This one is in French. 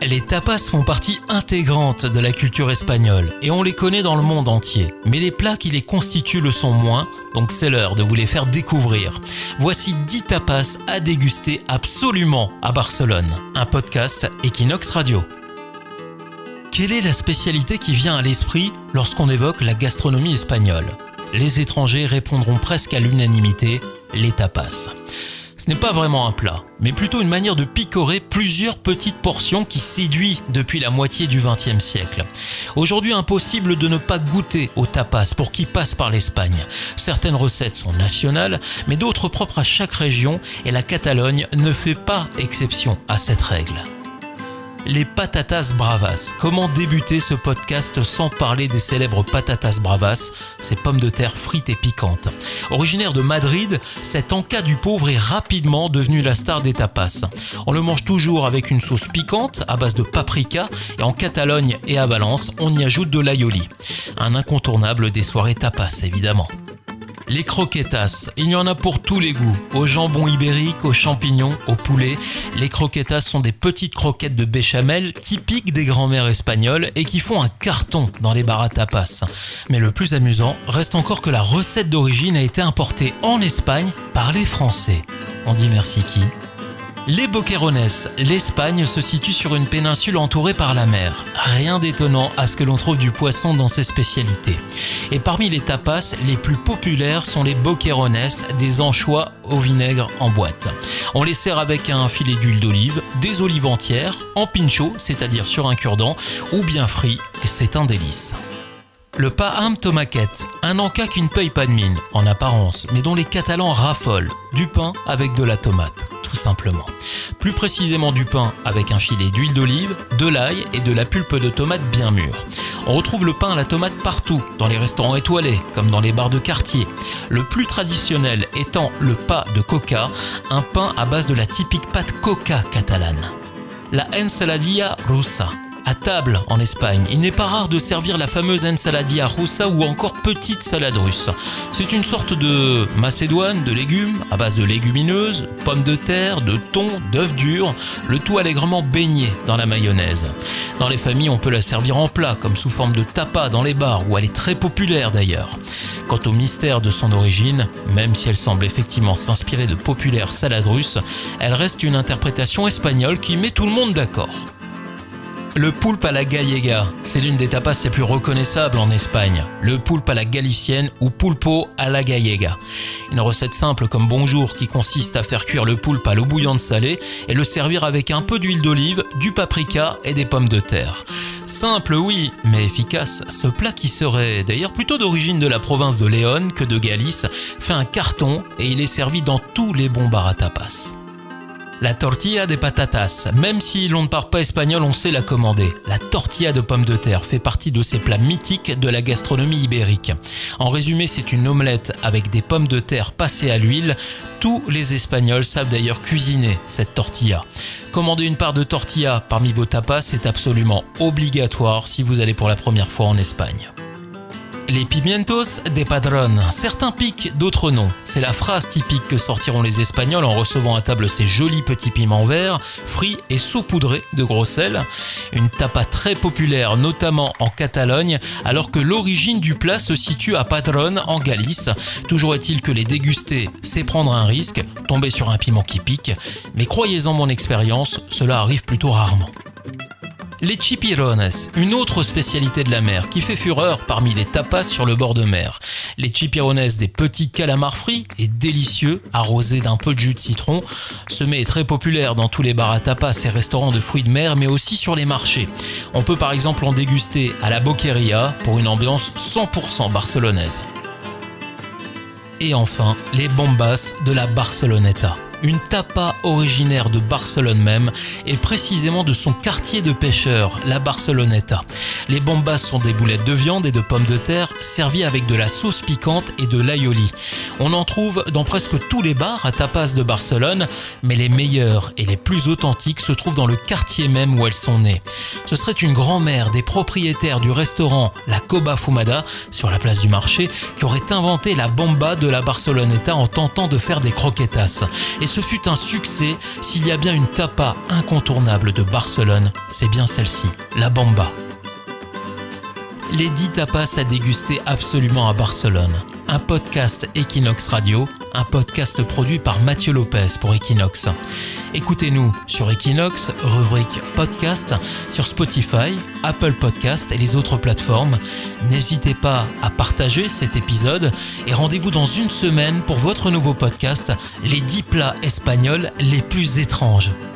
Les tapas font partie intégrante de la culture espagnole et on les connaît dans le monde entier. Mais les plats qui les constituent le sont moins, donc c'est l'heure de vous les faire découvrir. Voici 10 tapas à déguster absolument à Barcelone. Un podcast Equinox Radio. Quelle est la spécialité qui vient à l'esprit lorsqu'on évoque la gastronomie espagnole ? Les étrangers répondront presque à l'unanimité, les tapas. Ce n'est pas vraiment un plat, mais plutôt une manière de picorer plusieurs petites portions qui séduit depuis la moitié du XXe siècle. Aujourd'hui, impossible de ne pas goûter aux tapas pour qui passe par l'Espagne. Certaines recettes sont nationales, mais d'autres propres à chaque région, et la Catalogne ne fait pas exception à cette règle. Les patatas bravas. Comment débuter ce podcast sans parler des célèbres patatas bravas, ces pommes de terre frites et piquantes. Originaire de Madrid, cet encas du pauvre est rapidement devenu la star des tapas. On le mange toujours avec une sauce piquante à base de paprika et en Catalogne et à Valence, on y ajoute de l'aioli. Un incontournable des soirées tapas, évidemment. Les croquetas, il y en a pour tous les goûts. Au jambon ibérique, aux champignons, au poulet. Les croquetas sont des petites croquettes de béchamel typiques des grands-mères espagnoles et qui font un carton dans les bars à tapas. Mais le plus amusant reste encore que la recette d'origine a été importée en Espagne par les Français. On dit merci qui ? Les boquerones. L'Espagne se situe sur une péninsule entourée par la mer. Rien d'étonnant à ce que l'on trouve du poisson dans ses spécialités. Et parmi les tapas, les plus populaires sont les boquerones, des anchois au vinaigre en boîte. On les sert avec un filet d'huile d'olive, des olives entières, en pincho, c'est-à-dire sur un cure-dent, ou bien frit, et c'est un délice. Le pa amb tomàquet, un encas qui ne paye pas de mine, en apparence, mais dont les Catalans raffolent. Du pain avec de la tomate, tout simplement. Plus précisément du pain avec un filet d'huile d'olive, de l'ail et de la pulpe de tomate bien mûre. On retrouve le pain à la tomate partout, dans les restaurants étoilés, comme dans les bars de quartier. Le plus traditionnel étant le pa de coca, un pain à base de la typique pâte coca catalane. La ensaladilla rusa. À table, en Espagne, il n'est pas rare de servir la fameuse ensaladilla rusa ou encore petite salade russe. C'est une sorte de macédoine de légumes à base de légumineuses, pommes de terre, de thon, d'œufs durs, le tout allègrement baigné dans la mayonnaise. Dans les familles, on peut la servir en plat, comme sous forme de tapa dans les bars, où elle est très populaire d'ailleurs. Quant au mystère de son origine, même si elle semble effectivement s'inspirer de populaires salades russes, elle reste une interprétation espagnole qui met tout le monde d'accord. Le poulpe à la gallega, c'est l'une des tapas les plus reconnaissables en Espagne. Le poulpe à la galicienne ou pulpo à la gallega. Une recette simple comme bonjour qui consiste à faire cuire le poulpe à l'eau bouillante salée et le servir avec un peu d'huile d'olive, du paprika et des pommes de terre. Simple oui, mais efficace, ce plat qui serait d'ailleurs plutôt d'origine de la province de Léon que de Galice fait un carton et il est servi dans tous les bons bars à tapas. La tortilla de patatas, même si l'on ne parle pas espagnol, on sait la commander. La tortilla de pommes de terre fait partie de ces plats mythiques de la gastronomie ibérique. En résumé, c'est une omelette avec des pommes de terre passées à l'huile. Tous les Espagnols savent d'ailleurs cuisiner cette tortilla. Commander une part de tortilla parmi vos tapas est absolument obligatoire si vous allez pour la première fois en Espagne. Les pimientos de padrón. Certains piquent, d'autres non. C'est la phrase typique que sortiront les Espagnols en recevant à table ces jolis petits piments verts, frits et saupoudrés de gros sel. Une tapa très populaire, notamment en Catalogne, alors que l'origine du plat se situe à Padrón, en Galice. Toujours est-il que les déguster, c'est prendre un risque, tomber sur un piment qui pique. Mais croyez-en mon expérience, cela arrive plutôt rarement. Les chipirones, une autre spécialité de la mer qui fait fureur parmi les tapas sur le bord de mer. Les chipirones, des petits calamars frits et délicieux, arrosés d'un peu de jus de citron. Ce mets est très populaire dans tous les bars à tapas et restaurants de fruits de mer, mais aussi sur les marchés. On peut par exemple en déguster à la Boqueria pour une ambiance 100% barcelonaise. Et enfin, les bombas de la Barceloneta. Une tapa originaire de Barcelone même et précisément de son quartier de pêcheurs, la Barceloneta. Les bombas sont des boulettes de viande et de pommes de terre servies avec de la sauce piquante et de l'aioli. On en trouve dans presque tous les bars à tapas de Barcelone, mais les meilleurs et les plus authentiques se trouvent dans le quartier même où elles sont nées. Ce serait une grand-mère des propriétaires du restaurant La Coba Fumada sur la place du marché qui aurait inventé la bomba de la Barceloneta en tentant de faire des croquetas. Et ce fut un succès. S'il y a bien une tapa incontournable de Barcelone, c'est bien celle-ci, la Bamba. Les 10 tapas à déguster absolument à Barcelone. Un podcast Equinox Radio, un podcast produit par Mathieu Lopez pour Equinox. Écoutez-nous sur Equinox, rubrique podcast, sur Spotify, Apple Podcast et les autres plateformes. N'hésitez pas à partager cet épisode et rendez-vous dans une semaine pour votre nouveau podcast, les 10 plats espagnols les plus étranges.